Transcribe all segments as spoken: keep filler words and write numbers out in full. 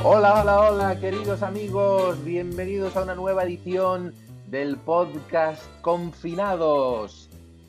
Hola, hola, hola, queridos amigos, bienvenidos a una nueva edición del podcast Confinados,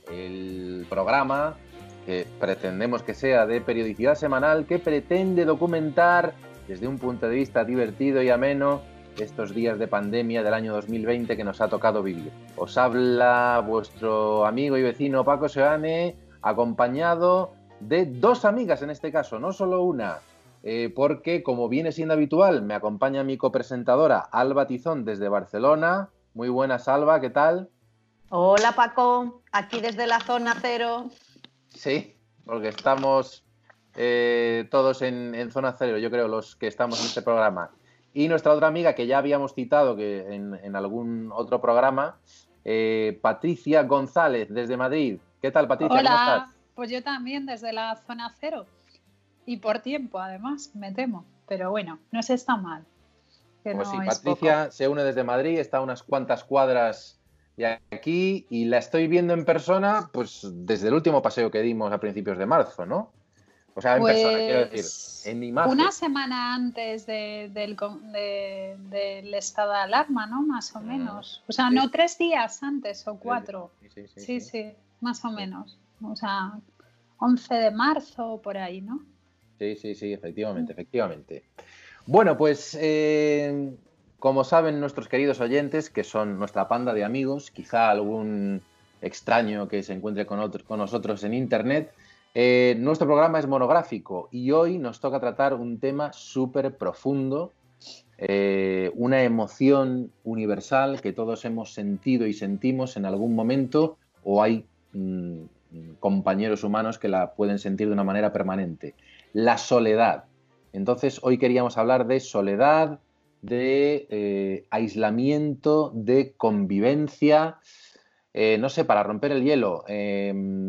el programa que pretendemos que sea de periodicidad semanal, que pretende documentar desde un punto de vista divertido y ameno estos días de pandemia del año dos mil veinte que nos ha tocado vivir. Os habla vuestro amigo y vecino Paco Seoane, acompañado de dos amigas en este caso, no solo una. Eh, porque, como viene siendo habitual, me acompaña mi copresentadora Alba Tizón desde Barcelona. Muy buenas, Alba, ¿qué tal? Hola, Paco, aquí desde la zona cero. Sí, porque estamos eh, todos en, en zona cero, yo creo, los que estamos en este programa. Y nuestra otra amiga, que ya habíamos citado que en, en algún otro programa, eh, Patricia González, desde Madrid. ¿Qué tal, Patricia? Hola, ¿cómo estás? pues yo también desde la zona cero. Y por tiempo, además, me temo. Pero bueno, no se está mal. Que Pues no sí, es Patricia poco. se une desde Madrid, está a unas cuantas cuadras de aquí y la estoy viendo en persona, pues desde el último paseo que dimos a principios de marzo, ¿no? O sea, en persona, quiero decir, Pues en imagen. una semana antes de, del, de, del estado de alarma, ¿no? Más o menos. O sea, Sí, no tres días antes o cuatro. sí, sí, sí, Sí, sí. sí, más o menos. O sea, once de marzo por ahí, ¿no? Sí, sí, sí, efectivamente, efectivamente. Bueno, pues eh, como saben nuestros queridos oyentes, que son nuestra panda de amigos, quizá algún extraño que se encuentre con, otro, con nosotros en internet, eh, nuestro programa es monográfico y hoy nos toca tratar un tema súper profundo, eh, una emoción universal que todos hemos sentido y sentimos en algún momento, o hay mmm, compañeros humanos que la pueden sentir de una manera permanente: la soledad. Entonces, hoy queríamos hablar de soledad, de eh, aislamiento, de convivencia. Eh, no sé, para romper el hielo, eh,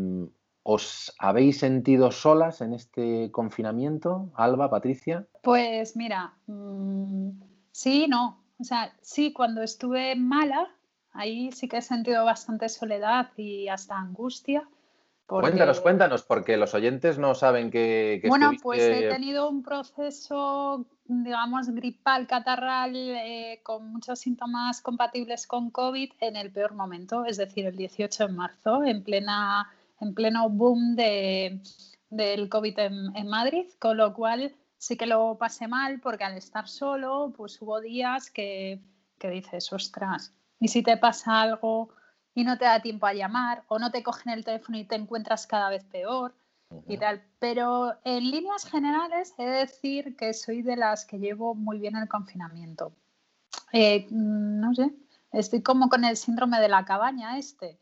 ¿os habéis sentido solas en este confinamiento, Alba, Patricia? Pues mira, mmm, sí, no. O sea, sí, cuando estuve mala, ahí sí que he sentido bastante soledad y hasta angustia, Cuéntanos, porque, cuéntanos, porque los oyentes no saben que, que bueno, pues he estuviste... tenido un proceso, digamos, gripal, catarral, eh, con muchos síntomas compatibles con COVID en el peor momento, es decir, el dieciocho de marzo, en plena, en pleno boom de, del COVID en, en Madrid, con lo cual sí que lo pasé mal porque al estar solo, pues hubo días que, que dices, ostras, ¿y si te pasa algo y no te da tiempo a llamar o no te cogen el teléfono y te encuentras cada vez peor? Y tal, pero en líneas generales he de decir que soy de las que llevo muy bien el confinamiento. Eh, no sé, estoy como con el síndrome de la cabaña este.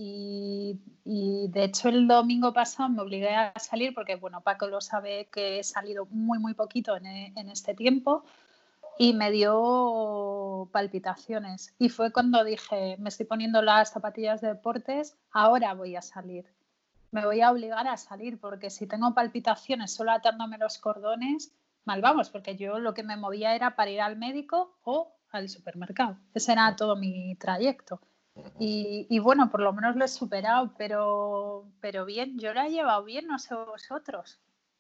Y, y de hecho el domingo pasado me obligué a salir porque, bueno, Paco lo sabe que he salido muy, muy poquito en, en este tiempo y me dio palpitaciones. Y fue cuando dije, me estoy poniendo las zapatillas de deportes, ahora voy a salir. Me voy a obligar a salir porque si tengo palpitaciones solo atándome los cordones, mal vamos, porque yo lo que me movía era para ir al médico o al supermercado. Ese era todo mi trayecto. Y, y bueno, por lo menos lo he superado, pero, pero bien, yo lo he llevado bien, no sé vosotros.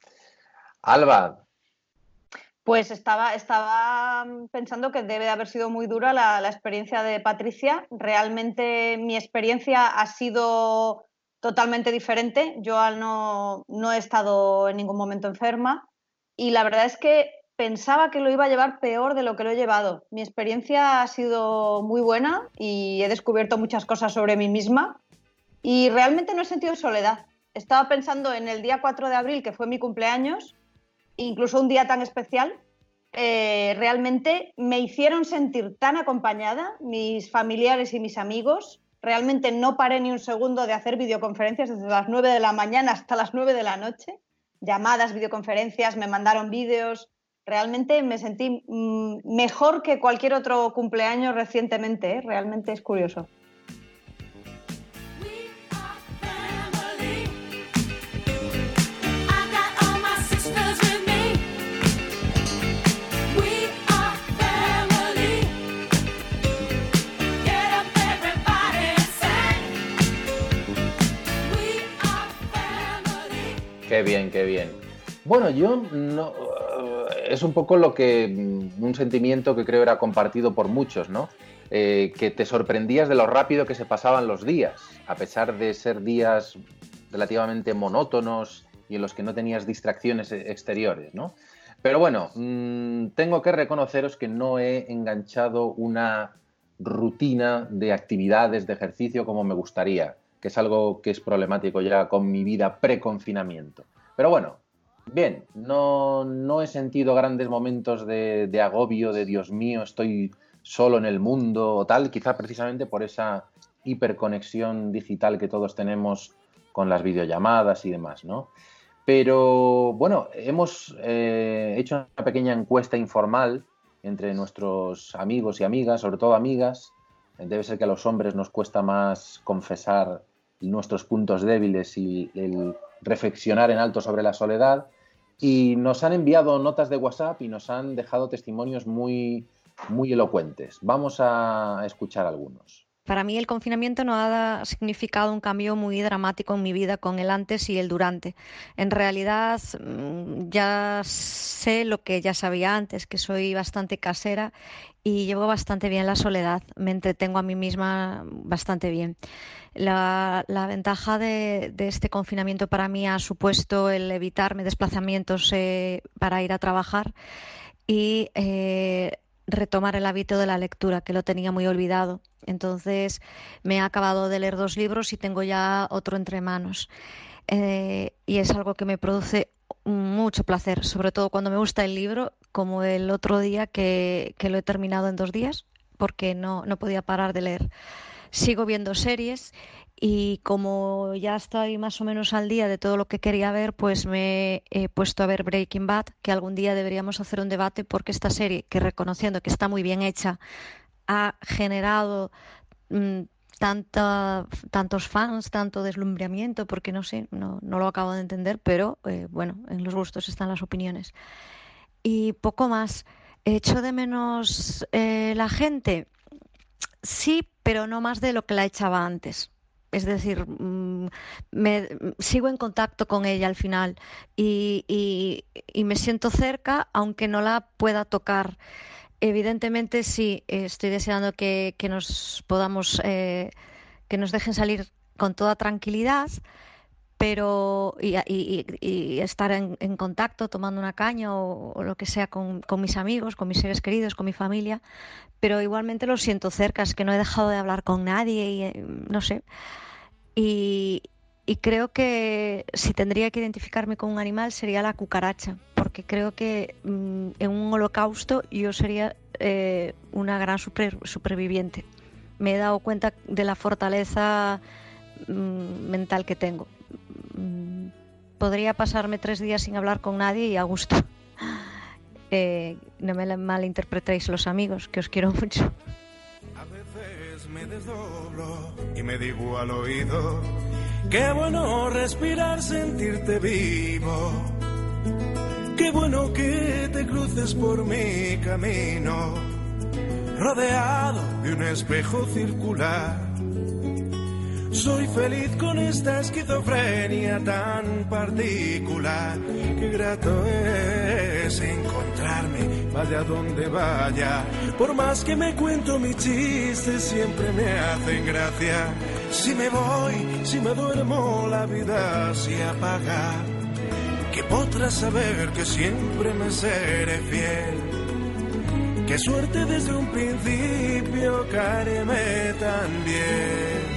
Alba. Pues estaba, estaba pensando que debe de haber sido muy dura la, la experiencia de Patricia. Realmente mi experiencia ha sido totalmente diferente. Yo al no, no he estado en ningún momento enferma y la verdad es que pensaba que lo iba a llevar peor de lo que lo he llevado. Mi experiencia ha sido muy buena y he descubierto muchas cosas sobre mí misma y realmente no he sentido soledad. Estaba pensando en el día cuatro de abril, que fue mi cumpleaños, incluso un día tan especial, eh, realmente me hicieron sentir tan acompañada, mis familiares y mis amigos. Realmente no paré ni un segundo de hacer videoconferencias desde las nueve de la mañana hasta las nueve de la noche. Llamadas, videoconferencias, me mandaron vídeos. Realmente me sentí mmm, mejor que cualquier otro cumpleaños recientemente, ¿eh? Realmente es curioso. Qué bien, qué bien. Bueno, yo no, es un poco lo que, un sentimiento que creo era compartido por muchos, ¿no? Eh, que te sorprendías de lo rápido que se pasaban los días, a pesar de ser días relativamente monótonos y en los que no tenías distracciones exteriores, ¿no? Pero bueno, mmm, tengo que reconoceros que no he enganchado una rutina de actividades, de ejercicio como me gustaría, que es algo que es problemático ya con mi vida pre-confinamiento. Pero bueno, bien, no, no he sentido grandes momentos de, de agobio, de Dios mío, estoy solo en el mundo o tal, quizá precisamente por esa hiperconexión digital que todos tenemos con las videollamadas y demás, ¿no? Pero bueno, hemos eh, hecho una pequeña encuesta informal entre nuestros amigos y amigas, sobre todo amigas. Debe ser que a los hombres nos cuesta más confesar nuestros puntos débiles y el reflexionar en alto sobre la soledad. Y nos han enviado notas de WhatsApp y nos han dejado testimonios muy, muy elocuentes. Vamos a escuchar algunos. Para mí el confinamiento no ha significado un cambio muy dramático en mi vida con el antes y el durante. En realidad ya sé lo que ya sabía antes, que soy bastante casera y llevo bastante bien la soledad. Me entretengo a mí misma bastante bien. La, la ventaja de, de este confinamiento para mí ha supuesto el evitarme desplazamientos eh, para ir a trabajar y eh, retomar el hábito de la lectura, que lo tenía muy olvidado. Entonces me he acabado de leer dos libros y tengo ya otro entre manos. Eh, y es algo que me produce mucho placer, sobre todo cuando me gusta el libro, como el otro día que, que lo he terminado en dos días, porque no, no podía parar de leer. Sigo viendo series y como ya estoy más o menos al día de todo lo que quería ver, pues me he puesto a ver Breaking Bad, que algún día deberíamos hacer un debate porque esta serie, que reconociendo que está muy bien hecha, ha generado mmm, tanta, tantos fans, tanto deslumbramiento, porque no sé, no, no lo acabo de entender, pero eh, bueno, en los gustos están las opiniones. Y poco más. ¿Echo de menos eh, la gente? Sí, pero no más de lo que la echaba antes. Es decir, mmm, me, sigo en contacto con ella al final y, y, y me siento cerca, aunque no la pueda tocar. Evidentemente sí, estoy deseando que, que nos podamos, eh, que nos dejen salir con toda tranquilidad, pero y, y, y estar en, en contacto, tomando una caña o, o lo que sea con, con mis amigos, con mis seres queridos, con mi familia, pero igualmente lo siento cerca, es que no he dejado de hablar con nadie y eh, no sé. Y, y creo que si tendría que identificarme con un animal sería la cucaracha, porque creo que mmm, en un holocausto yo sería eh, una gran super, superviviente. Me he dado cuenta de la fortaleza mmm, mental que tengo. Mm, podría pasarme tres días sin hablar con nadie y a gusto. Eh, no me malinterpretéis los amigos, que os quiero mucho. A veces me desdoblo y me digo al oído, qué bueno respirar, sentirte vivo. Qué bueno que te cruces por mi camino, rodeado de un espejo circular. Soy feliz con esta esquizofrenia tan particular. Qué grato es encontrarme, vaya donde vaya. Por más que me cuento mis chistes, siempre me hacen gracia. Si me voy, si me duermo, la vida se apaga. Que podrás saber que siempre me seré fiel. Qué suerte desde un principio caerme tan bien.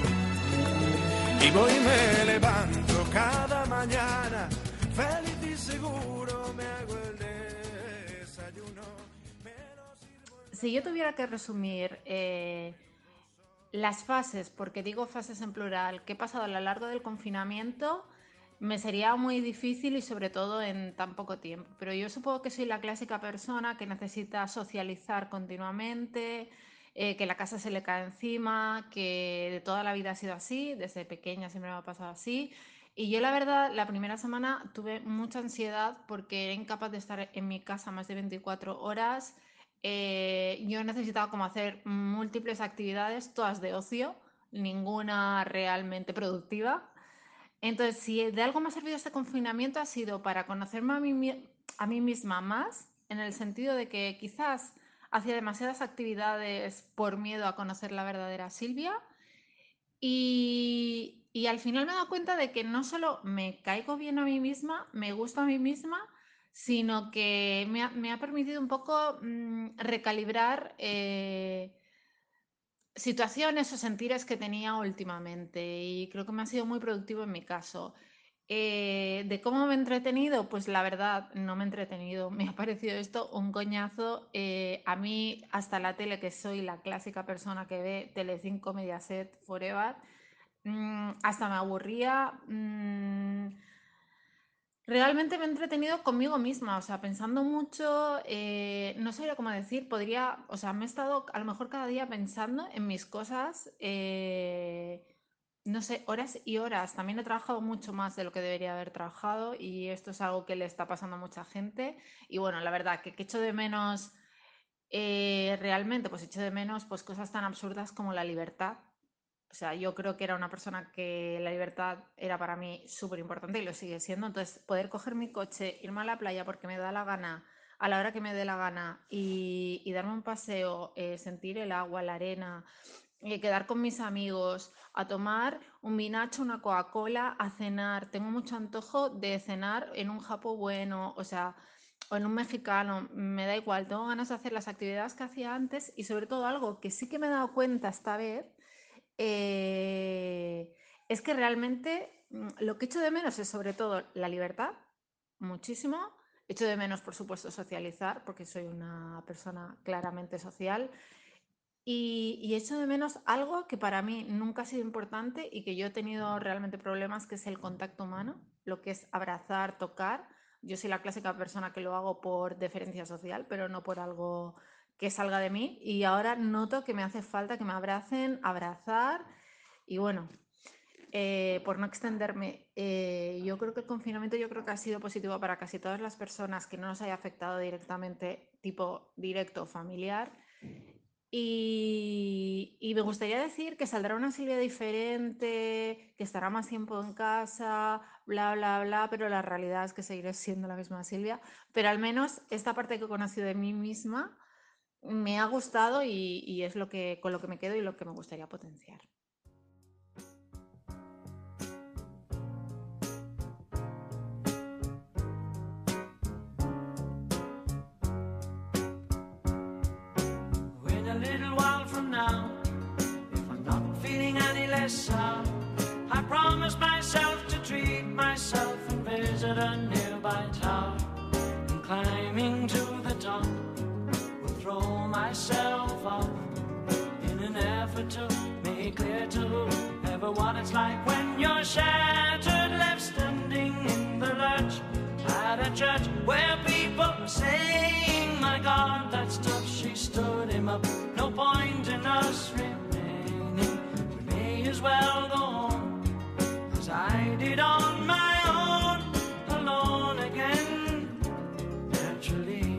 Y voy y me levanto cada mañana, feliz y seguro me hago el desayuno. Me lo sirvo... Si yo tuviera que resumir eh, las fases, porque digo fases en plural, que he pasado a lo largo del confinamiento, me sería muy difícil y sobre todo en tan poco tiempo. Pero yo supongo que soy la clásica persona que necesita socializar continuamente, Eh, que la casa se le cae encima, que de toda la vida ha sido así, desde pequeña siempre me ha pasado así. Y yo la verdad, la primera semana tuve mucha ansiedad porque era incapaz de estar en mi casa más de veinticuatro horas. Eh, yo necesitaba como hacer múltiples actividades, todas de ocio, ninguna realmente productiva. Entonces, si de algo me ha servido este confinamiento ha sido para conocerme a mí, a mí misma más, en el sentido de que quizás hacía demasiadas actividades por miedo a conocer la verdadera Silvia y, y al final me he dado cuenta de que no solo me caigo bien a mí misma, me gusto a mí misma, sino que me ha, me ha permitido un poco mmm, recalibrar eh, situaciones o sentires que tenía últimamente y creo que me ha sido muy productivo en mi caso. Eh, ¿De cómo me he entretenido? Pues la verdad, no me he entretenido. Me ha parecido esto un coñazo. Eh, a mí, hasta la tele, que soy la clásica persona que ve Telecinco, Mediaset, Forever, mmm, hasta me aburría. Mmm, Realmente me he entretenido conmigo misma, o sea, pensando mucho, eh, no sabría cómo decir, podría, o sea, me he estado a lo mejor cada día pensando en mis cosas, eh, no sé, horas y horas. También he trabajado mucho más de lo que debería haber trabajado y esto es algo que le está pasando a mucha gente. Y bueno, la verdad que, que echo de menos, eh, realmente, pues echo de menos pues cosas tan absurdas como la libertad. O sea, yo creo que era una persona que la libertad era para mí súper importante y lo sigue siendo. Entonces, poder coger mi coche, irme a la playa porque me da la gana, a la hora que me dé la gana y, y darme un paseo, eh, sentir el agua, la arena, eh, quedar con mis amigos, a tomar un vinacho, una Coca-Cola, a cenar. Tengo mucho antojo de cenar en un japo bueno, o sea, o en un mexicano, me da igual. Tengo ganas de hacer las actividades que hacía antes y sobre todo algo que sí que me he dado cuenta esta vez eh, es que realmente mm, lo que echo de menos es sobre todo la libertad, muchísimo. Echo de menos, por supuesto, socializar, porque soy una persona claramente social. Y, y echo de menos algo que para mí nunca ha sido importante y que yo he tenido realmente problemas, que es el contacto humano, lo que es abrazar, tocar. Yo soy la clásica persona que lo hago por deferencia social, pero no por algo que salga de mí. Y ahora noto que me hace falta que me abracen, abrazar. Y bueno, eh, por no extenderme, eh, yo creo que el confinamiento yo creo que ha sido positivo para casi todas las personas, que no nos haya afectado directamente, tipo directo o familiar. Y, y me gustaría decir que saldrá una Silvia diferente, que estará más tiempo en casa, bla, bla, bla, pero la realidad es que seguiré siendo la misma Silvia. Pero al menos esta parte que he conocido de mí misma me ha gustado y, y es lo que, con lo que me quedo y lo que me gustaría potenciar. In a little while from now, if I'm not feeling any less sound, I promise myself to treat myself and visit a nearby town. And climbing to the top, will throw myself off in an effort to make clear to whoever what it's like when you're shattered, left standing in the lurch at a church where people are saying, my God, that's tough, she stood him up. No point in us remaining, we may as well go on as I did on my own, alone again, naturally.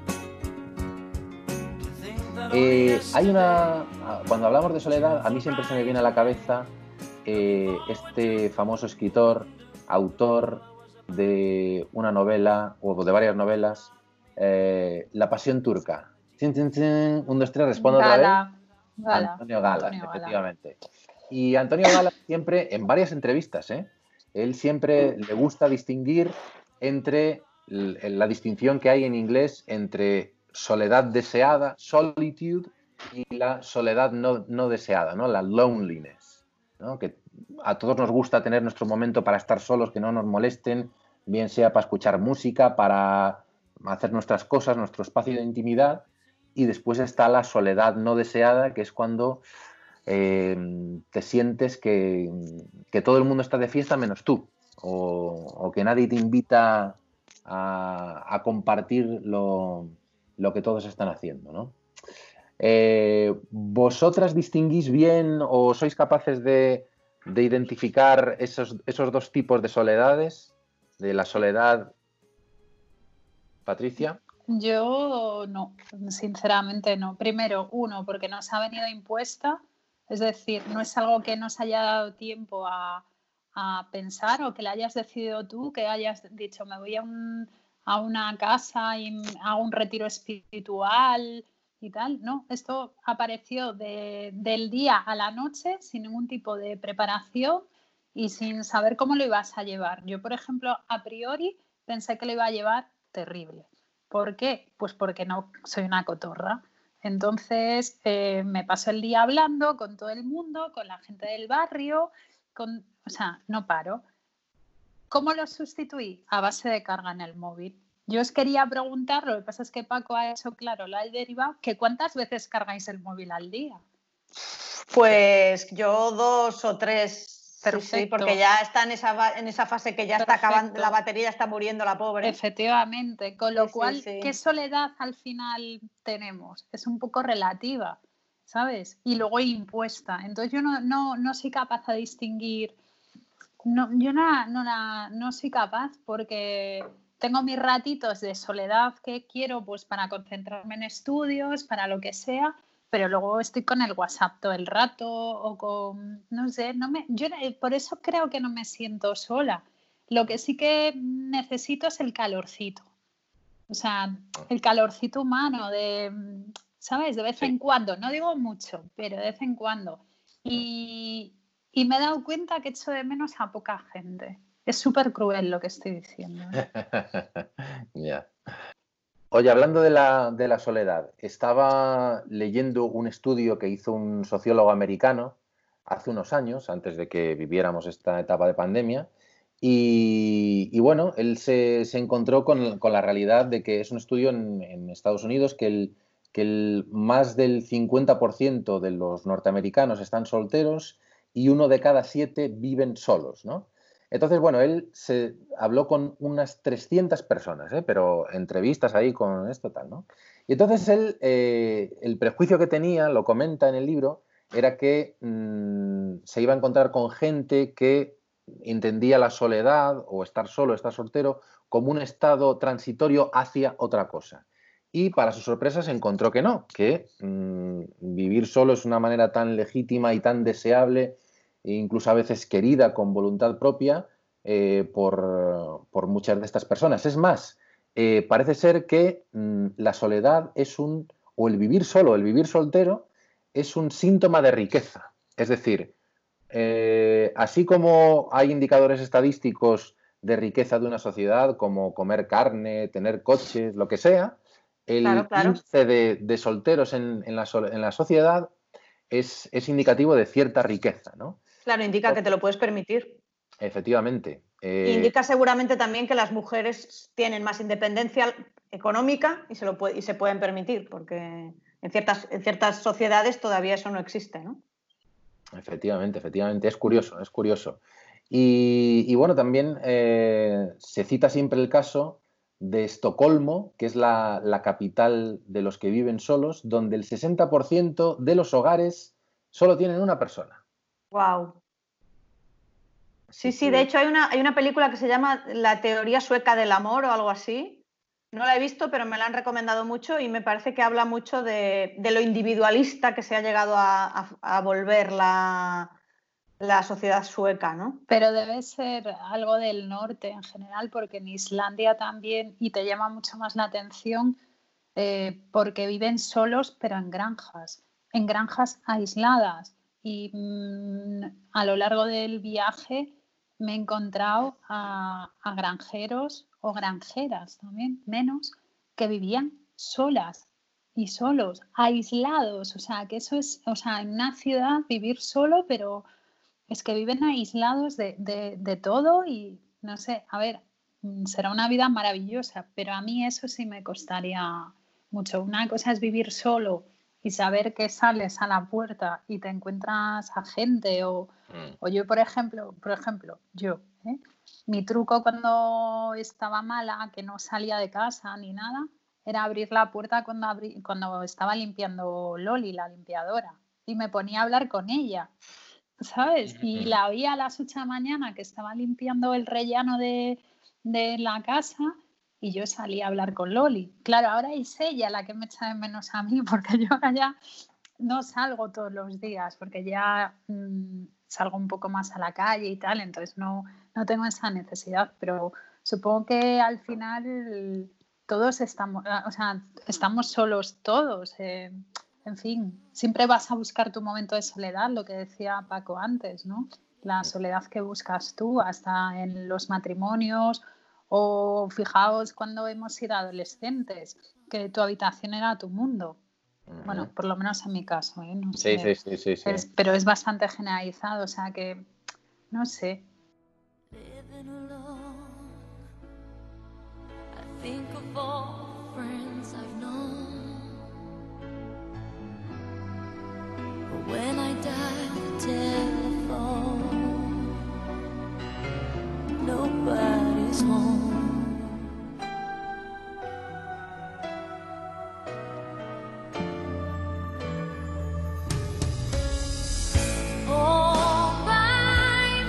Eh, hay una... Cuando hablamos de soledad, a mí siempre se me viene a la cabeza eh, este famoso escritor, autor de una novela, o de varias novelas, eh, La Pasión Turca. Chin, chin, chin. Un, dos, tres, respondo otra vez. Gala. Antonio Gala, Antonio Gala. efectivamente. Y Antonio Gala siempre, en varias entrevistas, ¿eh? él siempre le gusta distinguir entre la distinción que hay en inglés entre soledad deseada, solitude, y la soledad no, no deseada, ¿no? La loneliness, ¿no? Que a todos nos gusta tener nuestro momento para estar solos, que no nos molesten, bien sea para escuchar música, para hacer nuestras cosas, nuestro espacio de intimidad. Y después está la soledad no deseada, que es cuando eh, te sientes que, que todo el mundo está de fiesta menos tú, o, o que nadie te invita a, a compartir lo, lo que todos están haciendo, ¿no? Eh, ¿Vosotras distinguís bien o sois capaces de, de identificar esos, esos dos tipos de soledades? De la soledad, Patricia. Yo no, sinceramente no. Primero, uno, porque nos ha venido impuesta, es decir, no es algo que nos haya dado tiempo a, a pensar o que la hayas decidido tú, que hayas dicho me voy a, un, a una casa y hago un retiro espiritual y tal. No, esto apareció de, del día a la noche sin ningún tipo de preparación y sin saber cómo lo ibas a llevar. Yo, por ejemplo, a priori pensé que lo iba a llevar terrible. ¿Por qué? Pues porque no soy una cotorra. Entonces eh, me paso el día hablando con todo el mundo, con la gente del barrio, con, o sea, no paro. ¿Cómo lo sustituí? A base de carga en el móvil. Yo os quería preguntar, lo que pasa es que Paco ha hecho claro, lo ha derivado, que ¿cuántas veces cargáis el móvil al día? Pues yo dos o tres. Perfecto. Sí, sí, porque ya está en esa, en esa fase que ya Perfecto. está acabando, la batería está muriendo la pobre. Efectivamente, con lo sí, cual, sí, sí. ¿qué soledad al final tenemos? Es un poco relativa, ¿sabes? Y luego impuesta. Entonces yo no, no, no soy capaz de distinguir, no, yo no, no, la, no soy capaz porque tengo mis ratitos de soledad que quiero pues para concentrarme en estudios, para lo que sea, pero luego estoy con el WhatsApp todo el rato o con, no sé, no me, yo por eso creo que no me siento sola. Lo que sí que necesito es el calorcito, o sea, el calorcito humano de, ¿sabes? De vez sí. en cuando, no digo mucho, pero de vez en cuando. Y, y me he dado cuenta que echo de menos a poca gente. Es súper cruel lo que estoy diciendo, ¿eh? Ya. Yeah. Oye, hablando de la, de la soledad, estaba leyendo un estudio que hizo un sociólogo americano hace unos años, antes de que viviéramos esta etapa de pandemia, y, y bueno, él se, se encontró con, con la realidad de que es un estudio en, en Estados Unidos que, el, que el, más del cincuenta por ciento de los norteamericanos están solteros y uno de cada siete viven solos, ¿no? Entonces, bueno, él se habló con unas trescientas personas, ¿eh? Pero entrevistas ahí con esto tal, ¿no? Y entonces él, eh, el prejuicio que tenía, lo comenta en el libro, era que mmm, se iba a encontrar con gente que entendía la soledad o estar solo, estar soltero, como un estado transitorio hacia otra cosa. Y para su sorpresa se encontró que no, que mmm, vivir solo es una manera tan legítima y tan deseable, incluso a veces querida con voluntad propia eh, por, por muchas de estas personas. Es más, eh, parece ser que mmm, la soledad es un, o el vivir solo, el vivir soltero, es un síntoma de riqueza. Es decir, eh, así como hay indicadores estadísticos de riqueza de una sociedad, como comer carne, tener coches, lo que sea, el claro, claro. índice de, de solteros en, en, la, en la sociedad es, es indicativo de cierta riqueza, ¿no? Claro, indica que te lo puedes permitir. Efectivamente. Eh... Indica seguramente también que las mujeres tienen más independencia económica y se, lo puede, y se pueden permitir, porque en ciertas, en ciertas sociedades todavía eso no existe, ¿no? Efectivamente, efectivamente. Es curioso, es curioso. Y, y bueno, también eh, se cita siempre el caso de Estocolmo, que es la, la capital de los que viven solos, donde el sesenta por ciento de los hogares solo tienen una persona. Wow. Sí, sí, de hecho hay una, hay una película que se llama La teoría sueca del amor o algo así. No la he visto, pero me la han recomendado mucho y me parece que habla mucho de, de lo individualista que se ha llegado a, a, a volver la, la sociedad sueca, ¿no? Pero debe ser algo del norte en general, porque en Islandia también, y te llama mucho más la atención, eh, porque viven solos, pero en granjas, en granjas aisladas. Y mmm, a lo largo del viaje me he encontrado a, a granjeros o granjeras también, menos, que vivían solas y solos, aislados. O sea, que eso es, o sea, en una ciudad vivir solo, pero es que viven aislados de, de, de todo y no sé, a ver, será una vida maravillosa, pero a mí eso sí me costaría mucho. Una cosa es vivir solo y saber que sales a la puerta y te encuentras a gente o, mm. o yo, por ejemplo, por ejemplo, yo, ¿eh? Mi truco cuando estaba mala, que no salía de casa ni nada, era abrir la puerta cuando, abrí, cuando estaba limpiando Loli, la limpiadora, y me ponía a hablar con ella, ¿sabes? Y la oía a las ocho de la mañana que estaba limpiando el rellano de, de la casa y yo salí a hablar con Loli. Claro, ahora es ella la que me echa de menos a mí porque yo ahora ya no salgo todos los días porque ya mmm, salgo un poco más a la calle y tal, entonces no, no tengo esa necesidad, pero supongo que al final todos estamos, o sea, estamos solos todos, eh, en fin, siempre vas a buscar tu momento de soledad, lo que decía Paco antes, ¿no? La soledad que buscas tú hasta en los matrimonios, o fijaos cuando hemos sido adolescentes, que tu habitación era tu mundo. Uh-huh. Bueno, por lo menos en mi caso, ¿eh? No sé, sí, sí, sí, sí, es, sí. pero es bastante generalizado, o sea que, no sé. When I dial the telephone, nobody's home. All by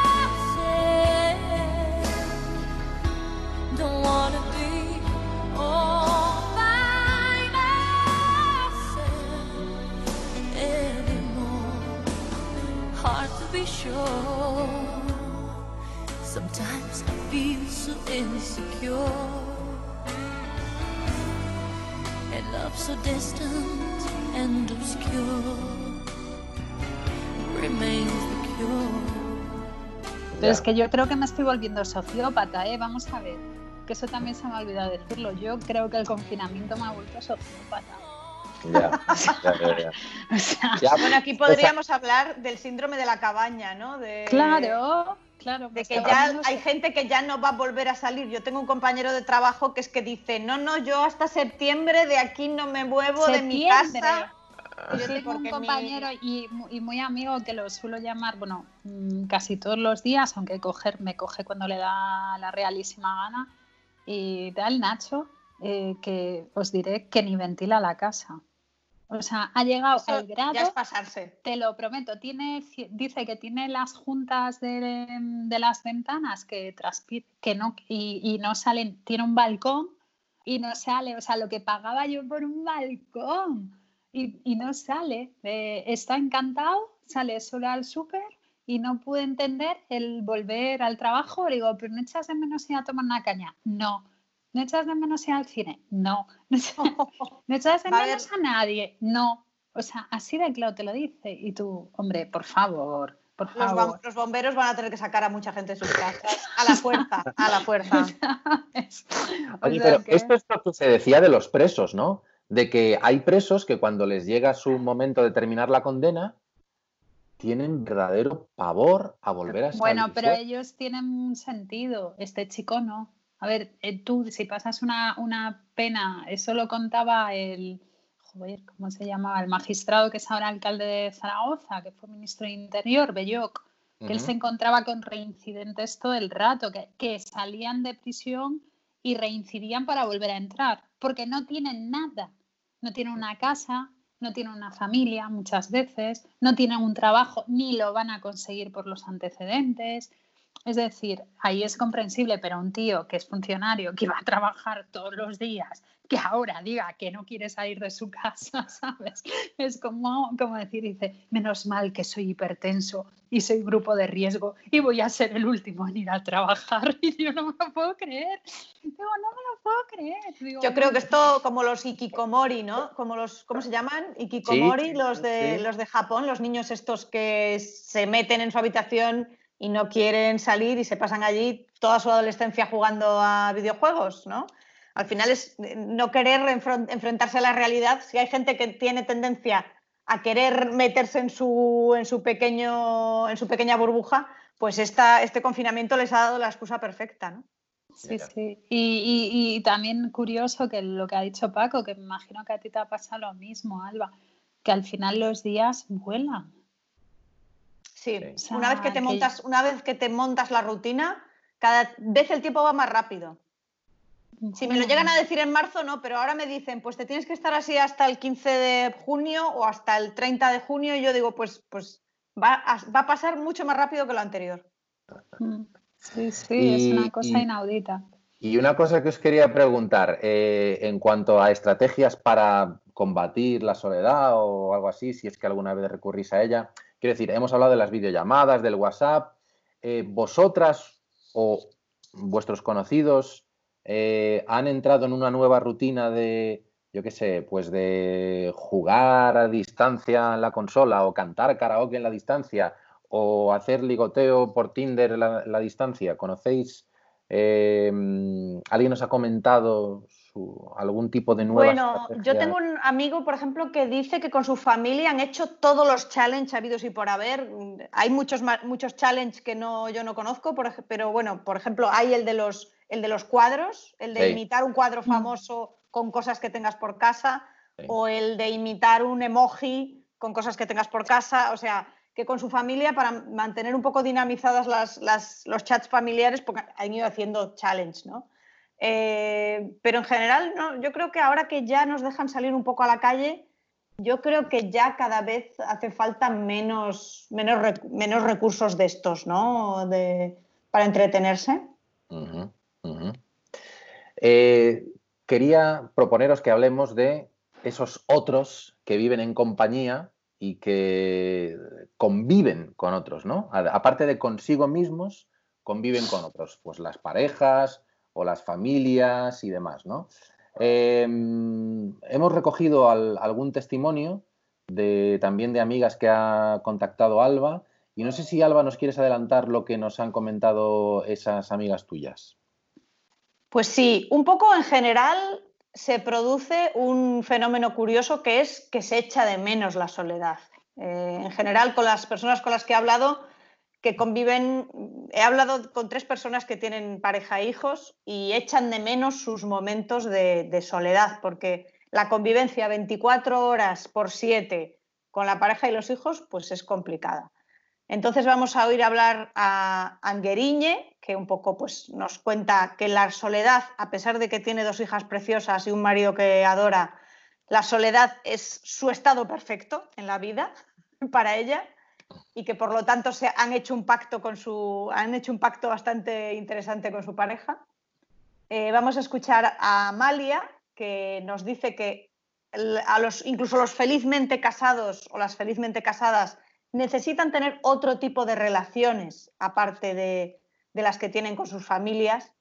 myself, don't wanna be all by myself anymore. Hard to be sure. Sometimes I feel so insecure, and love so distant and obscure remains the cure. Pero es que yo creo que me estoy volviendo sociópata, ¿eh? Vamos a ver, que eso también se me ha olvidado decirlo. Yo creo que el confinamiento me ha vuelto sociópata. Ya, ya, ya, ya. O sea, ya, bueno, aquí podríamos hablar del síndrome de la cabaña, ¿no? De... Claro, claro. De que ya hay gente que ya no va a volver a salir. Yo tengo un compañero de trabajo que es que dice, no, no, yo hasta septiembre de aquí no me muevo de mi casa. Yo tengo un compañero mi... y, y muy amigo que lo suelo llamar, bueno, casi todos los días, aunque coger me coge cuando le da la realísima gana, y tal, Nacho, eh, que os diré que ni ventila la casa. O sea, ha llegado Eso al grado, ya es pasarse. Te lo prometo, tiene, dice que tiene las juntas de, de las ventanas que, transpir, que no, y, y no salen, tiene un balcón y no sale, o sea, lo que pagaba yo por un balcón y, y no sale, eh, está encantado, sale solo al súper y no pude entender el volver al trabajo. Le digo, pero ¿no echas de menos ir a tomar una caña? No. ¿No echas de menos ir al cine? No. ¿No echas de menos a nadie? No. O sea, así de claro te lo dice. Y tú, hombre, por favor, por los, favor. Los bomberos van a tener que sacar a mucha gente de sus casas. A la fuerza, a la fuerza. Oye, pero que... esto es lo que se decía de los presos, ¿no? De que hay presos que cuando les llega su momento de terminar la condena, tienen verdadero pavor a volver a salir. Bueno, pero ellos tienen un sentido. Este chico no. A ver, tú si pasas una, una pena, eso lo contaba el, joder, ¿cómo se llamaba? El magistrado que es ahora alcalde de Zaragoza, que fue ministro de Interior, Belloc, que uh-huh. él se encontraba con reincidentes todo el rato, que, que salían de prisión y reincidían para volver a entrar, porque no tienen nada, no tienen una casa, no tienen una familia muchas veces, no tienen un trabajo, ni lo van a conseguir por los antecedentes. Es decir, ahí es comprensible, pero un tío que es funcionario, que va a trabajar todos los días, que ahora diga que no quiere salir de su casa, ¿sabes? Es como, como decir, dice, menos mal que soy hipertenso y soy grupo de riesgo y voy a ser el último en ir a trabajar. Y yo no me lo puedo creer. Digo, no me lo puedo creer. Digo, yo creo que esto como los hikikomori, ¿no? Como los, ¿cómo se llaman? Hikikomori, sí, los, de, sí. los de Japón, los niños estos que se meten en su habitación y no quieren salir y se pasan allí toda su adolescencia jugando a videojuegos, ¿no? Al final es no querer enfrentarse a la realidad. Si hay gente que tiene tendencia a querer meterse en su, en su, pequeño, en su pequeña burbuja, pues esta, este confinamiento les ha dado la excusa perfecta, ¿no? Sí, sí. Y, y, y también curioso que lo que ha dicho Paco, que me imagino que a ti te ha pasado lo mismo, Alba, que al final los días vuelan. Sí, o sea, una vez que te montas, que... una vez que te montas la rutina, cada vez el tiempo va más rápido. Si me lo llegan a decir en marzo, no, pero ahora me dicen, pues te tienes que estar así hasta el quince de junio o hasta el treinta de junio, y yo digo, pues, pues va, a, va a pasar mucho más rápido que lo anterior. Sí, sí, y, es una cosa y, inaudita. Y una cosa que os quería preguntar, eh, en cuanto a estrategias para combatir la soledad o algo así, si es que alguna vez recurrís a ella, Quiero decir, hemos hablado de las videollamadas, del WhatsApp. Eh, ¿Vosotras o vuestros conocidos eh, han entrado en una nueva rutina de, yo qué sé, pues de jugar a distancia en la consola o cantar karaoke en la distancia o hacer ligoteo por Tinder en la, en la distancia? ¿Conocéis? Eh, ¿Alguien os ha comentado su, algún tipo de nueva Bueno, estrategia? yo tengo un amigo, por ejemplo, que dice que con su familia han hecho todos los challenges habidos y por haber. Hay muchos, muchos challenges que no, yo no conozco, por, pero bueno, por ejemplo, hay el de los, el de los cuadros, el de Sí. imitar un cuadro famoso con cosas que tengas por casa, Sí. o el de imitar un emoji con cosas que tengas por casa. O sea, que con su familia, para mantener un poco dinamizadas las, las, los chats familiares, porque han ido haciendo challenge, ¿no? Eh, pero en general, no, yo creo que ahora que ya nos dejan salir un poco a la calle, yo creo que ya cada vez hace falta menos, menos, menos recursos de estos, ¿no? De, para entretenerse. Uh-huh, uh-huh. Eh, quería proponeros que hablemos de esos otros que viven en compañía y que conviven con otros, ¿no? Aparte de consigo mismos, conviven con otros, pues las parejas o las familias y demás, ¿no? Eh, hemos recogido al, algún testimonio de, también de amigas que ha contactado Alba, y no sé si, Alba, nos quieres adelantar lo que nos han comentado esas amigas tuyas. Pues sí, un poco en general se produce un fenómeno curioso, que es que se echa de menos la soledad. Eh, en general, con las personas con las que he hablado, que conviven, he hablado con tres personas que tienen pareja e hijos y echan de menos sus momentos de, de soledad, porque la convivencia veinticuatro horas por siete con la pareja y los hijos, pues es complicada. Entonces vamos a oír hablar a Angueriñe, que un poco pues, nos cuenta que la soledad, a pesar de que tiene dos hijas preciosas y un marido que adora, la soledad es su estado perfecto en la vida para ella, y que por lo tanto se han hecho un pacto con su, han hecho un pacto bastante interesante con su pareja. Eh, vamos a escuchar a Amalia, que nos dice que a los, incluso los felizmente casados o las felizmente casadas necesitan tener otro tipo de relaciones aparte de, de las que tienen con sus familias.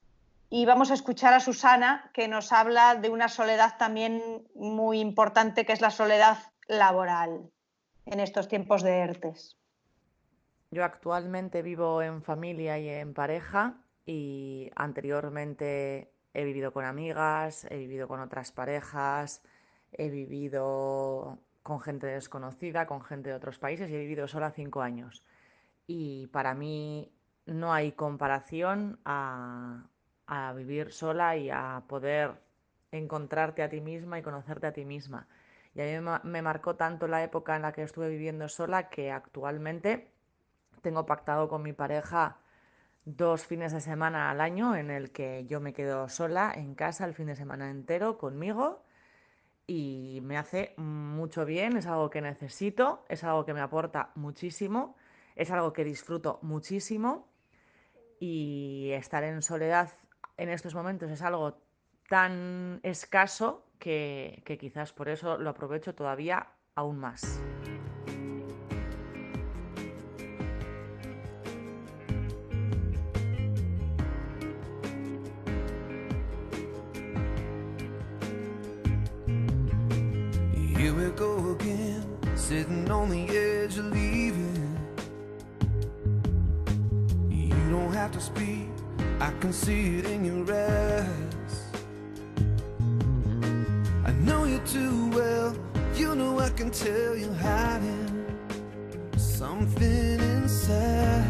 Y vamos a escuchar a Susana, que nos habla de una soledad también muy importante, que es la soledad laboral en estos tiempos de ERTES. Yo actualmente vivo en familia y en pareja, y anteriormente he vivido con amigas, he vivido con otras parejas, he vivido con gente desconocida, con gente de otros países, y he vivido sola cinco años. Y para mí no hay comparación a, a vivir sola y a poder encontrarte a ti misma y conocerte a ti misma. Y a mí me marcó tanto la época en la que estuve viviendo sola, que actualmente tengo pactado con mi pareja dos fines de semana al año en el que yo me quedo sola en casa el fin de semana entero conmigo, y me hace mucho bien, es algo que necesito, es algo que me aporta muchísimo, es algo que disfruto muchísimo, y estar en soledad en estos momentos es algo tan escaso que, que quizás por eso lo aprovecho todavía aún más. Here we go again, sitting on the edge of leaving. You don't have to speak, I can see it in your eyes. I know you too well, you know I can tell you're hiding something inside.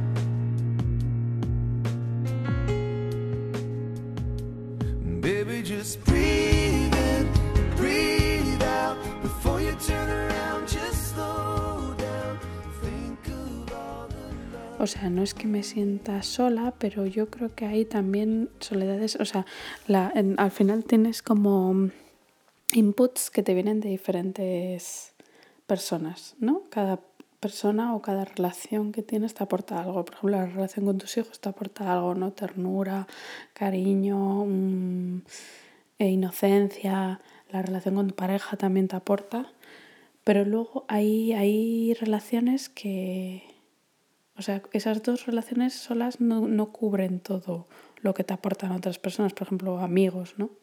Baby, just breathe in, breathe out before you turn around, just slow down, think of all the love. O sea, no es que me sienta sola, pero yo creo que hay también soledades, o sea, la, en, al final tienes como inputs que te vienen de diferentes personas, ¿no? Cada persona o cada relación que tienes te aporta algo. Por ejemplo, la relación con tus hijos te aporta algo, ¿no? Ternura, cariño, mmm, e inocencia. La relación con tu pareja también te aporta. Pero luego hay, hay relaciones que... O sea, esas dos relaciones solas no, no cubren todo lo que te aportan otras personas, por ejemplo, amigos, ¿no?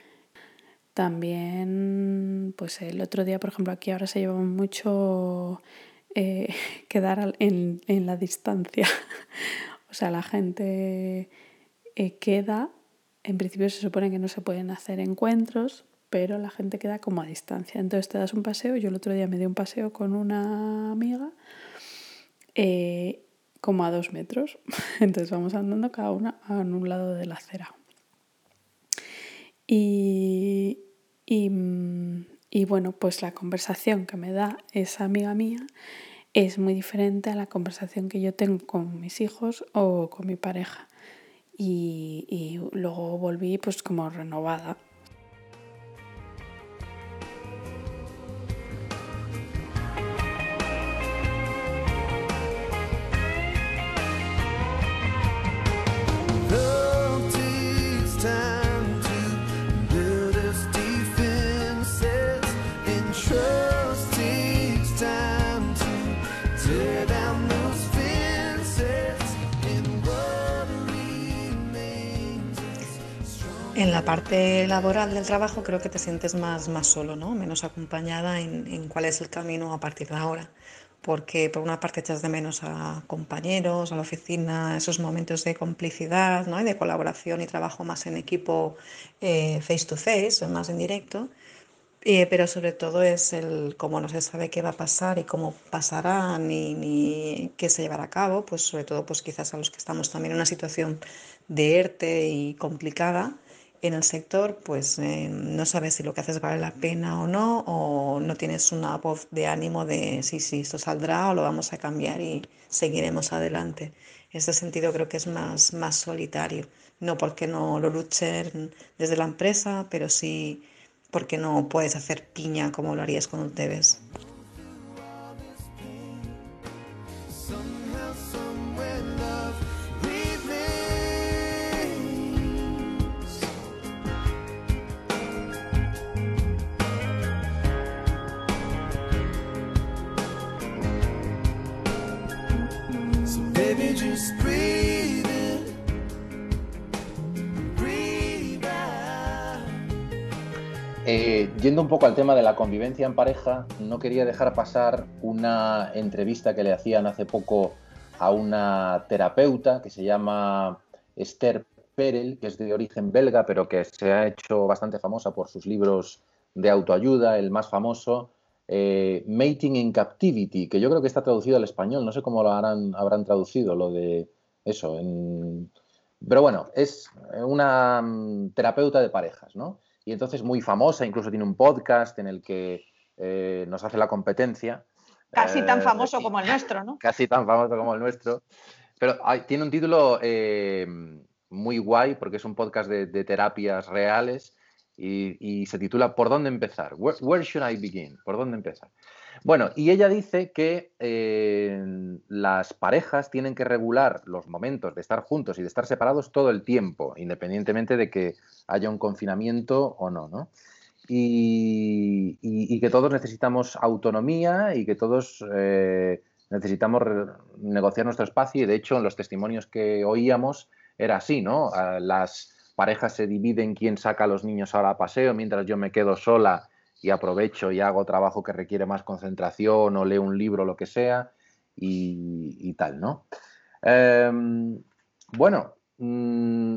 También, pues el otro día, por ejemplo, aquí ahora se lleva mucho eh, quedar en, en la distancia. O sea, la gente eh, queda, en principio se supone que no se pueden hacer encuentros, pero la gente queda como a distancia. Entonces te das un paseo. Yo el otro día me di un paseo con una amiga eh, como a dos metros. Entonces vamos andando cada una a un lado de la acera. Y, y, y bueno, pues la conversación que me da esa amiga mía es muy diferente a la conversación que yo tengo con mis hijos o con mi pareja. Y, y luego volví pues como renovada. En la parte laboral del trabajo creo que te sientes más, más solo, ¿no? Menos acompañada en, en cuál es el camino a partir de ahora. Porque por una parte echas de menos a compañeros, a la oficina, esos momentos de complicidad, ¿no? Y de colaboración y trabajo más en equipo eh, face to face, más en directo. Eh, pero sobre todo es el cómo no se sabe qué va a pasar y cómo pasará ni, ni qué se llevará a cabo, pues sobre todo pues quizás a los que estamos también en una situación de ERTE y complicada en el sector, pues eh, no sabes si lo que haces vale la pena o no, o no tienes una voz de ánimo de sí, sí, esto saldrá o lo vamos a cambiar y seguiremos adelante. En ese sentido creo que es más, más solitario, no porque no lo luchen desde la empresa, pero sí porque no puedes hacer piña como lo harías cuando te ves. Eh, yendo un poco al tema de la convivencia en pareja, no quería dejar pasar una entrevista que le hacían hace poco a una terapeuta que se llama Esther Perel, que es de origen belga, pero que se ha hecho bastante famosa por sus libros de autoayuda, el más famoso, eh, Mating in Captivity, que yo creo que está traducido al español, no sé cómo lo harán, habrán traducido, lo de eso, en... pero bueno, es una um, terapeuta de parejas, ¿no? Y entonces muy famosa, incluso tiene un podcast en el que eh, nos hace la competencia. Casi tan eh, famoso como el nuestro, ¿no? Casi tan famoso como el nuestro. Pero hay, tiene un título eh, muy guay porque es un podcast de, de terapias reales y, y se titula ¿Por dónde empezar? Where, where should I begin? ¿Por dónde empezar? Bueno, y ella dice que eh, las parejas tienen que regular los momentos de estar juntos y de estar separados todo el tiempo, independientemente de que haya un confinamiento o no, ¿no? Y, y, y que todos necesitamos autonomía y que todos eh, necesitamos negociar nuestro espacio y de hecho en los testimonios que oíamos era así, ¿no? Las parejas se dividen quién saca a los niños ahora a paseo mientras yo me quedo sola y aprovecho y hago trabajo que requiere más concentración o leo un libro o lo que sea y, y tal, ¿no? Eh, bueno, mmm,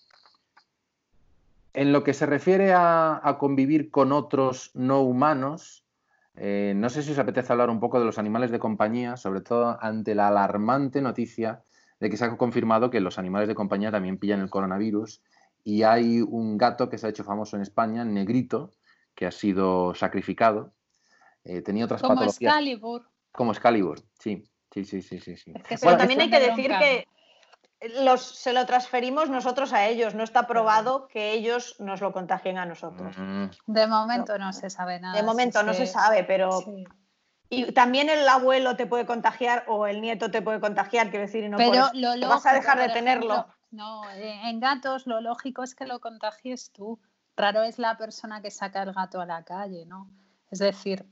en lo que se refiere a, a convivir con otros no humanos, eh, no sé si os apetece hablar un poco de los animales de compañía, sobre todo ante la alarmante noticia de que se ha confirmado que los animales de compañía también pillan el coronavirus y hay un gato que se ha hecho famoso en España, Negrito, que ha sido sacrificado. Eh, tenía otras como patologías. Excalibur. Como Excalibur, sí. Sí, sí, sí, sí, sí. Es que Bueno, también hay que decir bronca. que los, se lo transferimos nosotros a ellos. No está probado que ellos nos lo contagien a nosotros. Mm, De momento no, no se sabe nada. De momento sí no se... se sabe, pero... Sí. Y también el abuelo te puede contagiar o el nieto te puede contagiar, quiero decir, y no Pero puedes, lo lógico, vas a dejar de por tenerlo. ejemplo, no, en gatos lo lógico es que lo contagies tú. Raro es la persona que saca el gato a la calle, ¿no? Es decir,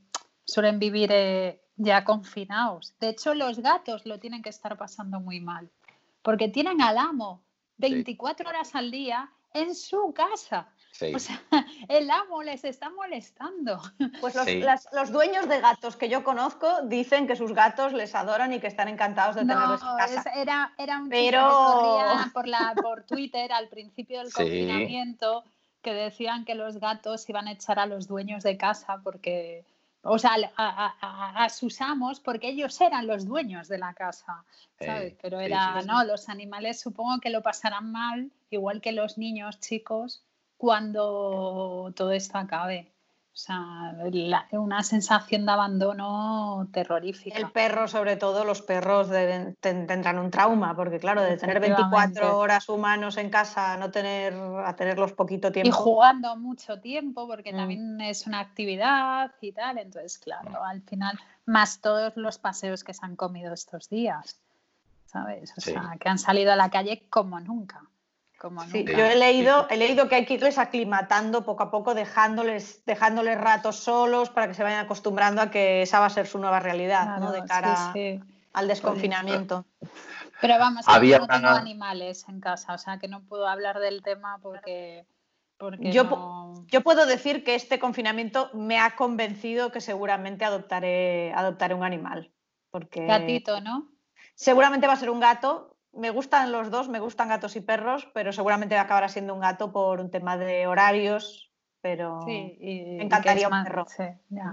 suelen vivir eh, ya confinados. De hecho, los gatos lo tienen que estar pasando muy mal, porque tienen al amo veinticuatro sí. horas al día en su casa. Sí. O sea, el amo les está molestando. Pues los, sí. las, los dueños de gatos que yo conozco dicen que sus gatos les adoran y que están encantados de no, tenerlos en casa. Es, era, era un Pero... chiste que corría por, la, por Twitter al principio del sí. confinamiento, que decían que los gatos iban a echar a los dueños de casa porque... O sea, a, a, a sus amos, porque ellos eran los dueños de la casa, ¿sabes? Pero era, sí, sí, sí. no, los animales supongo que lo pasarán mal, igual que los niños chicos, cuando todo esto acabe. O sea, la, una sensación de abandono terrorífica. El perro, sobre todo, los perros deben, ten, tendrán un trauma, porque claro, de tener veinticuatro horas humanos en casa, no tener, a tenerlos poquito tiempo. Y jugando mucho tiempo, porque mm. también es una actividad y tal, entonces claro, al final, más todos los paseos que se han comido estos días, ¿sabes? O sí. sea, que han salido a la calle como nunca. Como sí, yo he leído, he leído que hay que irles aclimatando poco a poco, dejándoles, dejándoles ratos solos para que se vayan acostumbrando a que esa va a ser su nueva realidad, claro, ¿no? De cara sí, sí. al desconfinamiento. Pero vamos, Había yo no tengo una... animales en casa, o sea que no puedo hablar del tema porque... porque yo, no... yo puedo decir que este confinamiento me ha convencido que seguramente adoptaré, adoptaré un animal. Porque gatito, ¿no? Seguramente va a ser un gato. Me gustan los dos, me gustan gatos y perros, pero seguramente acabará siendo un gato por un tema de horarios, pero sí, y, me encantaría un más, perro. Sí, ya.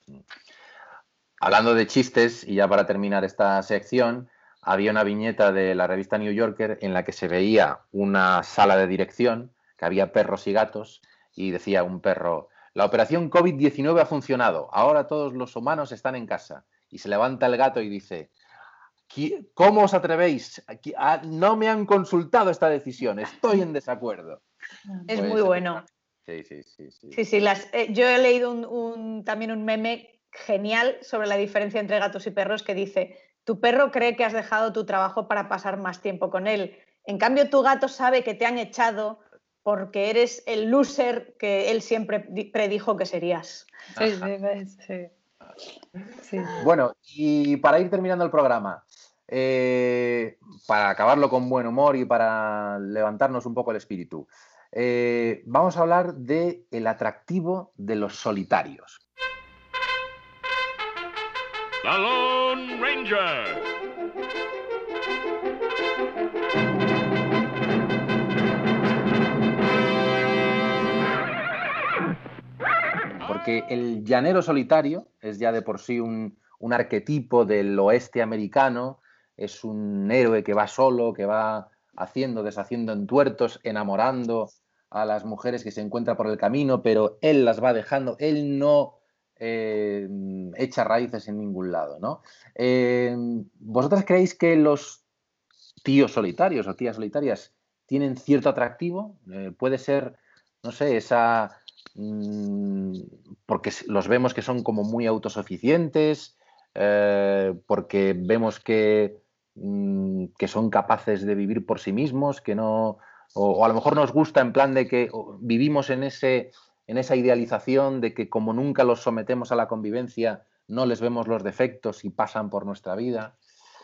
Hablando de chistes, y ya para terminar esta sección, había una viñeta de la revista New Yorker en la que se veía una sala de dirección, que había perros y gatos, y decía un perro, la operación COVID diecinueve ha funcionado, ahora todos los humanos están en casa. Y se levanta el gato y dice... ¿Cómo os atrevéis? No me han consultado esta decisión, estoy en desacuerdo. Es pues, muy bueno. Sí, sí, sí. sí. sí, sí las, eh, yo he leído un, un, también un meme genial sobre la diferencia entre gatos y perros que dice, tu perro cree que has dejado tu trabajo para pasar más tiempo con él. En cambio, tu gato sabe que te han echado porque eres el loser que él siempre predijo que serías. Sí, sí, sí. Sí. Bueno, y para ir terminando el programa, eh, para acabarlo con buen humor y para levantarnos un poco el espíritu, eh, vamos a hablar del atractivo de los solitarios. The Lone Ranger. Porque el llanero solitario es ya de por sí un, un arquetipo del oeste americano, es un héroe que va solo, que va haciendo, deshaciendo entuertos, enamorando a las mujeres que se encuentra por el camino, pero él las va dejando, él no eh, echa raíces en ningún lado, ¿no? Eh, ¿Vosotras creéis que los tíos solitarios o tías solitarias tienen cierto atractivo? Eh, puede ser, no sé, esa... porque los vemos que son como muy autosuficientes, eh, porque vemos que, mm, que son capaces de vivir por sí mismos, que no, o, o a lo mejor nos gusta en plan de que vivimos en, ese, en esa idealización de que como nunca los sometemos a la convivencia, no les vemos los defectos y pasan por nuestra vida.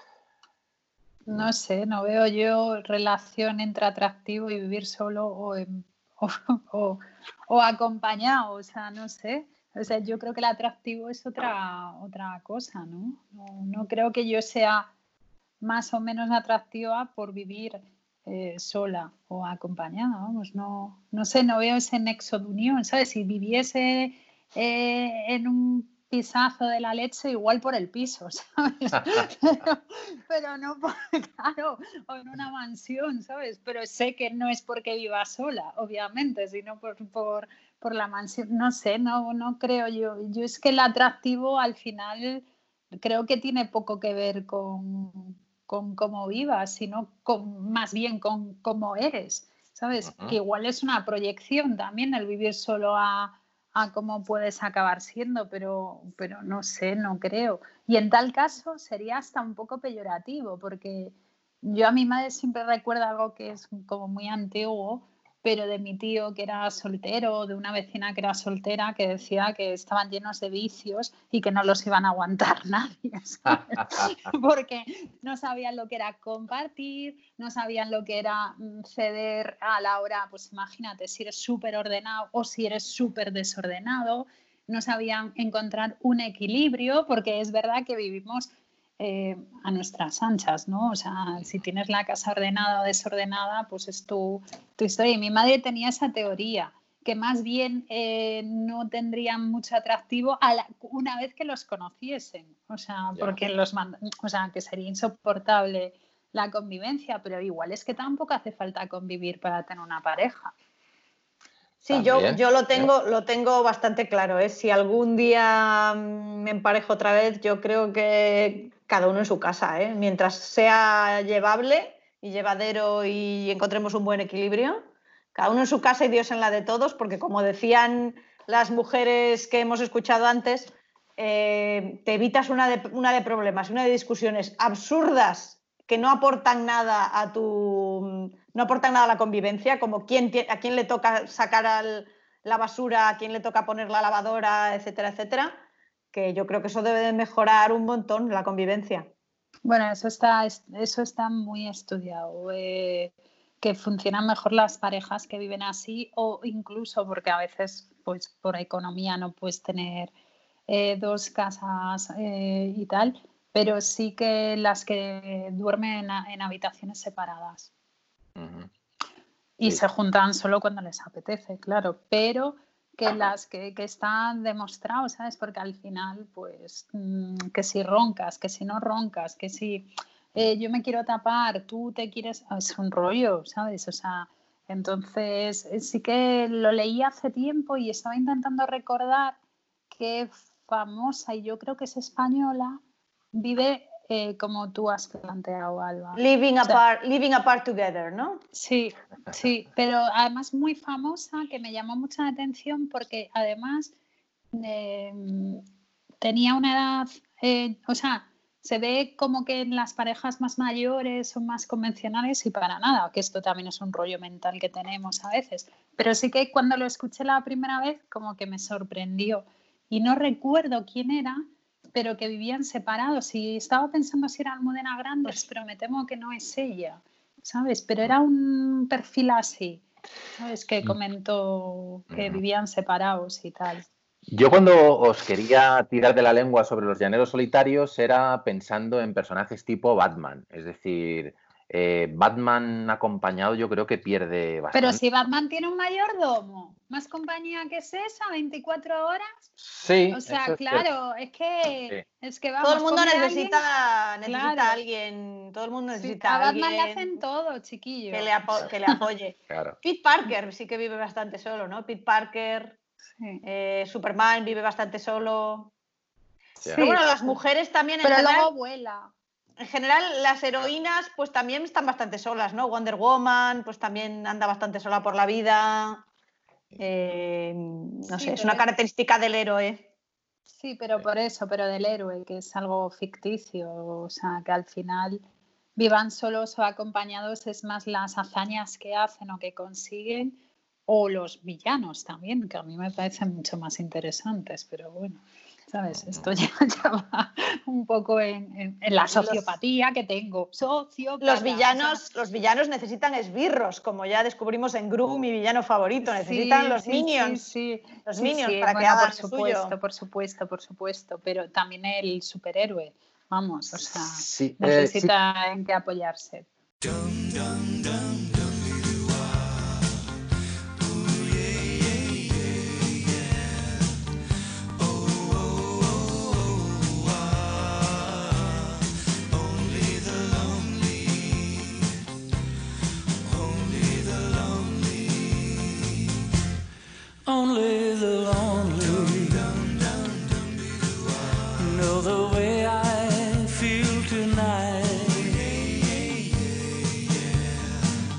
No sé, no veo yo relación entre atractivo y vivir solo o en O, o, o acompañado, o sea, no sé. O sea, yo creo que el atractivo es otra, otra cosa, ¿no? ¿no? No creo que yo sea más o menos atractiva por vivir eh, sola o acompañada, vamos, no, no sé, no veo ese nexo de unión, ¿sabes? Si viviese eh, en un pisazo de la leche, igual por el piso, ¿sabes? pero, pero no por, claro, o en una mansión, ¿sabes? Pero sé que no es porque viva sola, obviamente, sino por, por, por la mansión, no sé, no, no creo yo. Yo es que el atractivo al final creo que tiene poco que ver con, con cómo vivas, sino con, más bien con cómo eres, ¿sabes? Uh-huh. Que igual es una proyección también el vivir solo a a cómo puedes acabar siendo, pero, pero no sé, no creo. Y en tal caso sería hasta un poco peyorativo, porque yo a mi madre siempre recuerdo algo que es como muy antiguo, pero de mi tío que era soltero, de una vecina que era soltera, que decía que estaban llenos de vicios y que no los iban a aguantar nadie, ¿sabes? Porque no sabían lo que era compartir, no sabían lo que era ceder a la hora, pues imagínate, si eres súper ordenado o si eres súper desordenado, no sabían encontrar un equilibrio, porque es verdad que vivimos Eh, a nuestras anchas, ¿no? O sea, si tienes la casa ordenada o desordenada, pues es tu, tu historia. Y mi madre tenía esa teoría, que más bien eh, no tendrían mucho atractivo a la, una vez que los conociesen. O sea, yeah. porque los mand- o sea, que sería insoportable la convivencia, pero igual es que tampoco hace falta convivir para tener una pareja. Sí, yo, yo lo tengo, lo tengo bastante claro, ¿eh? Si algún día me emparejo otra vez, yo creo que cada uno en su casa, ¿eh? Mientras sea llevable y llevadero y encontremos un buen equilibrio, cada uno en su casa y Dios en la de todos, porque como decían las mujeres que hemos escuchado antes, eh, te evitas una de, una de problemas, una de discusiones absurdas que no aportan nada a tu... no aportan nada a la convivencia, como quién, a quién le toca sacar al, la basura, a quién le toca poner la lavadora, etcétera, etcétera, que yo creo que eso debe de mejorar un montón la convivencia. Bueno, eso está, eso está muy estudiado, eh, que funcionan mejor las parejas que viven así, o incluso porque a veces pues por economía no puedes tener eh, dos casas eh, y tal, pero sí que las que duermen en, en habitaciones separadas. Uh-huh. Y sí. Se juntan solo cuando les apetece, claro, pero que las que, que están demostrado, ¿sabes? Porque al final, pues, mmm, que si roncas, que si no roncas, que si eh, yo me quiero tapar, tú te quieres... Es un rollo, ¿sabes? O sea, entonces sí que lo leí hace tiempo y estaba intentando recordar qué famosa, y yo creo que es española, vive eh, como tú has planteado, Alba. Living, o sea, apart, living apart together, ¿no? Sí, sí, pero además muy famosa, que me llamó mucha atención porque además eh, tenía una edad, eh, o sea, se ve como que las parejas más mayores son más convencionales y para nada, que esto también es un rollo mental que tenemos a veces, pero sí que cuando lo escuché la primera vez como que me sorprendió y no recuerdo quién era, pero que vivían separados y estaba pensando si era Almudena Grandes, pero me temo que no es ella, ¿sabes? Pero era un perfil así, ¿sabes? Que comentó que vivían separados y tal. Yo cuando os quería tirar de la lengua sobre los llaneros solitarios era pensando en personajes tipo Batman, es decir... Eh, Batman acompañado yo creo que pierde bastante. Pero si Batman tiene un mayordomo, más compañía que es esa, veinticuatro horas. Sí. O sea, es claro, es que, sí. es que vamos, todo el mundo necesita, alguien, necesita claro. a alguien, todo el mundo necesita sí, a alguien. A Batman le hacen todo, chiquillo. Que le, apo que le apoye. Claro. Pete Parker sí que vive bastante solo, ¿no? Pete Parker, sí. eh, Superman vive bastante solo. Sí. Pero bueno, las mujeres también en Pero general, luego vuela. En general, las heroínas pues también están bastante solas, ¿no? Wonder Woman pues también anda bastante sola por la vida. Eh, no sí, sé, es una característica del héroe. Sí, pero por eso, pero del héroe, que es algo ficticio. O sea, que al final vivan solos o acompañados es más las hazañas que hacen o que consiguen, o los villanos también, que a mí me parecen mucho más interesantes, pero bueno... ¿Sabes? Esto ya, ya va un poco en, en, en la sociopatía que tengo. Sociopatía. Los villanos, los villanos necesitan esbirros, como ya descubrimos en Gru, mi villano favorito. Necesitan sí, los sí, minions. Sí, sí. Los sí, minions sí, para bueno, que hagan por supuesto, suyo. Por supuesto, por supuesto. Pero también el superhéroe, vamos, o sea, sí, necesita eh, en qué apoyarse. Dum, dum, dum, dum. Only the lonely know the way I feel tonight.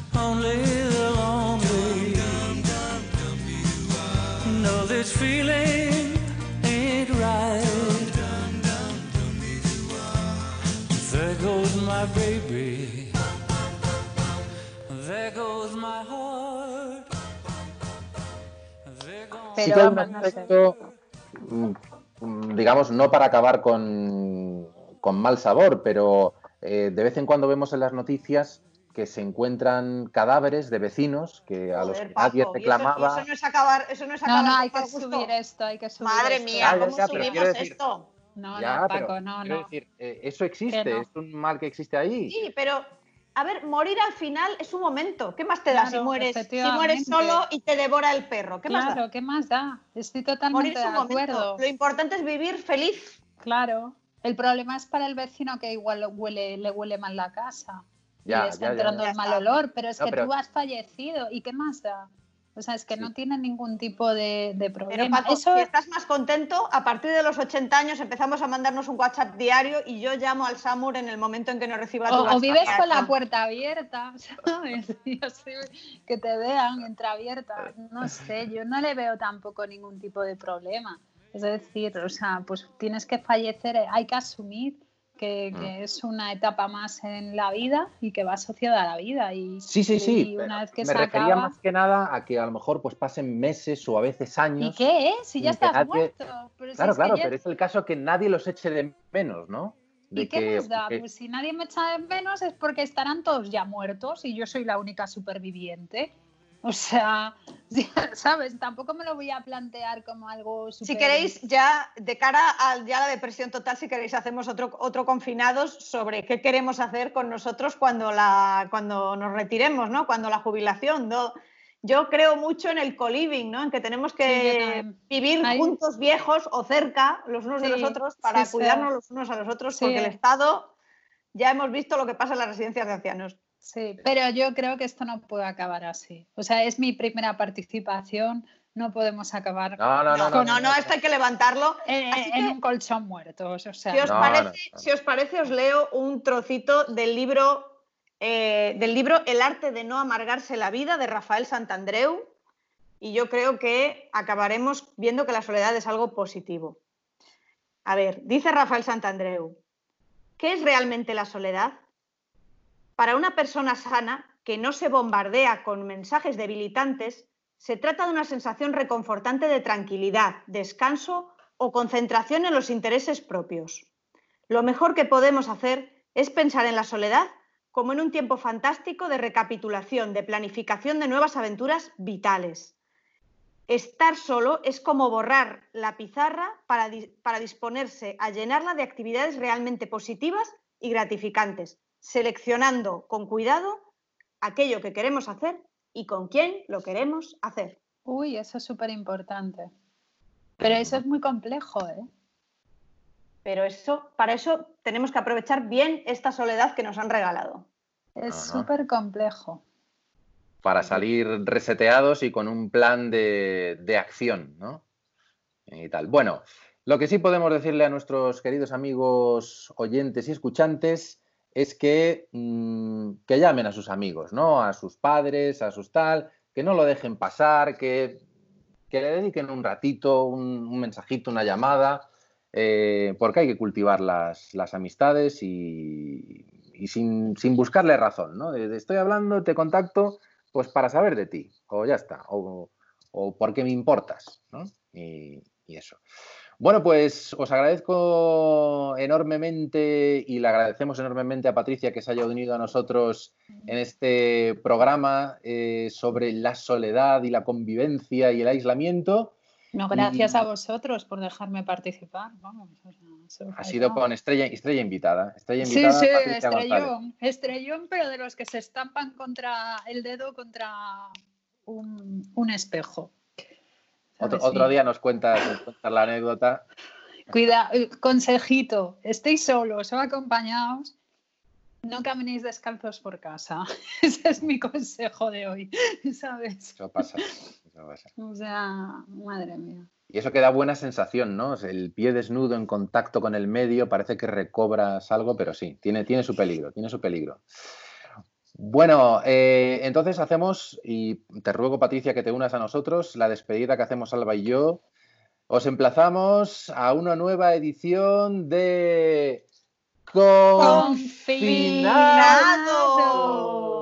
sí Pero que hay un vamos, no sé. aspecto, mm, digamos, no para acabar con, con mal sabor, pero eh, de vez en cuando vemos en las noticias que se encuentran cadáveres de vecinos que a los Joder, que nadie Paco, y eso, y reclamaba. eso no es acabar, eso no es No, acabar no, con hay que mal gusto. subir esto, hay que subir Madre esto. mía, Ya, ya, ¿cómo ya, pero subimos quiero decir, esto? No, ya, no, pero Paco, no, quiero no. decir, eh, eso Que existe, no. es un mal que existe ahí. Sí, pero a ver, morir al final es un momento. ¿Qué más te da si Claro, mueres, si efectivamente. mueres solo y te devora el perro? ¿Qué más da? Claro, ¿qué más da? Estoy Morir totalmente es de un momento. acuerdo. Lo importante es vivir feliz. Claro. El problema es para el vecino que igual huele, le huele mal la casa y Ya, le está ya, ya, entrando ya. el mal está. olor, pero es No, que pero- tú has fallecido y ¿qué más da? O sea, es que Sí. no tiene ningún tipo de, de Pero problema. Paco, Eso si estás más contento, a partir de los ochenta años empezamos a mandarnos un WhatsApp diario y yo llamo al SAMUR en el momento en que no reciba tu O, WhatsApp. o vives con la diario. puerta abierta, ¿sabes? Yo sé, que te vean entreabierta. No sé, yo no le veo tampoco ningún tipo de problema. Es decir, o sea, pues tienes que fallecer, hay que asumir que, Mm. que es una etapa más en la vida y que va asociada a la vida. Y, Sí, sí, sí. y una vez que Me se refería acaba... más que nada a que a lo mejor pues pasen meses o a veces años. ¿Y qué es? Si ya sin que estás nadie- muerto. Pero si Claro, es que claro, ya- pero es el caso que nadie los eche de menos, ¿no? De ¿Y qué que, más da? porque- Pues si nadie me echa de menos es porque estarán todos ya muertos y yo soy la única superviviente. O sea, ¿sabes? Tampoco me lo voy a plantear como algo Si súper... queréis, ya de cara a ya la depresión total, si queréis hacemos otro, otro confinados sobre qué queremos hacer con nosotros cuando, la, cuando nos retiremos, ¿no? Cuando la jubilación, ¿no? Yo creo mucho en el co-living, ¿no? En que tenemos que Sí, yo también. vivir Ahí- juntos, viejos o cerca, los unos de los Sí, otros, para sí, cuidarnos sí. los unos a los otros, Sí. porque el Estado, ya hemos visto lo que pasa en las residencias de ancianos. Sí, pero yo creo que esto no puede acabar así. O sea, es mi primera participación, no podemos acabar No, no, no, No, no, no, no, esto hay que levantarlo. en, Así en que- un colchón muertos. O sea, Si os, No, parece, no, no. si os parece, os leo un trocito del libro, eh, del libro El arte de no amargarse la vida, de Rafael Santandreu, y yo creo que acabaremos viendo que la soledad es algo positivo. A ver, dice Rafael Santandreu, ¿qué es realmente la soledad? Para una persona sana que no se bombardea con mensajes debilitantes, se trata de una sensación reconfortante de tranquilidad, descanso o concentración en los intereses propios. Lo mejor que podemos hacer es pensar en la soledad como en un tiempo fantástico de recapitulación, de planificación de nuevas aventuras vitales. Estar solo es como borrar la pizarra para, dis- para disponerse a llenarla de actividades realmente positivas y gratificantes, seleccionando con cuidado aquello que queremos hacer y con quién lo queremos hacer. uy, eso es súper importante. Pero eso es muy complejo, ¿eh? Pero eso, para eso tenemos que aprovechar bien esta soledad que nos han regalado. Es Ajá. súper complejo. Para salir reseteados y con un plan de, de acción, ¿no? Y tal. Bueno, lo que sí podemos decirle a nuestros queridos amigos oyentes y escuchantes es que, mmm, que llamen a sus amigos, ¿no? A sus padres, a sus tal, que no lo dejen pasar, que, que le dediquen un ratito, un, un mensajito, una llamada, eh, porque hay que cultivar las, las amistades y, y sin, sin buscarle razón, ¿no? De, de estoy hablando, te contacto, pues para saber de ti, o ya está, o, o por qué me importas, ¿no? Y, y eso. Bueno, pues os agradezco enormemente y le agradecemos enormemente a Patricia que se haya unido a nosotros en este programa eh, sobre la soledad y la convivencia y el aislamiento. No, gracias Y a vosotros por dejarme participar. Vamos, o sea, eso ha es sido verdad. con estrella, estrella invitada. Estrella Sí, invitada, sí, Patricia González. estrellón, estrellón, pero de los que se estampan contra el dedo contra un, un espejo. Otro, ¿Sabes? otro Sí. día nos cuentas, nos cuentas la anécdota. Cuida, eh, consejito, estéis solos o acompañados, no caminéis descalzos por casa. Ese es mi consejo de hoy, ¿sabes? Eso pasa, eso pasa. O sea, madre mía. Y eso que da buena sensación, ¿no? El pie desnudo en contacto con el medio, parece que recobras algo, pero sí, tiene, tiene su peligro, tiene su peligro. Bueno, eh, entonces hacemos, y te ruego, Patricia, que te unas a nosotros, la despedida que hacemos Alba y yo. Os emplazamos a una nueva edición de Confinados. ¡Confinados!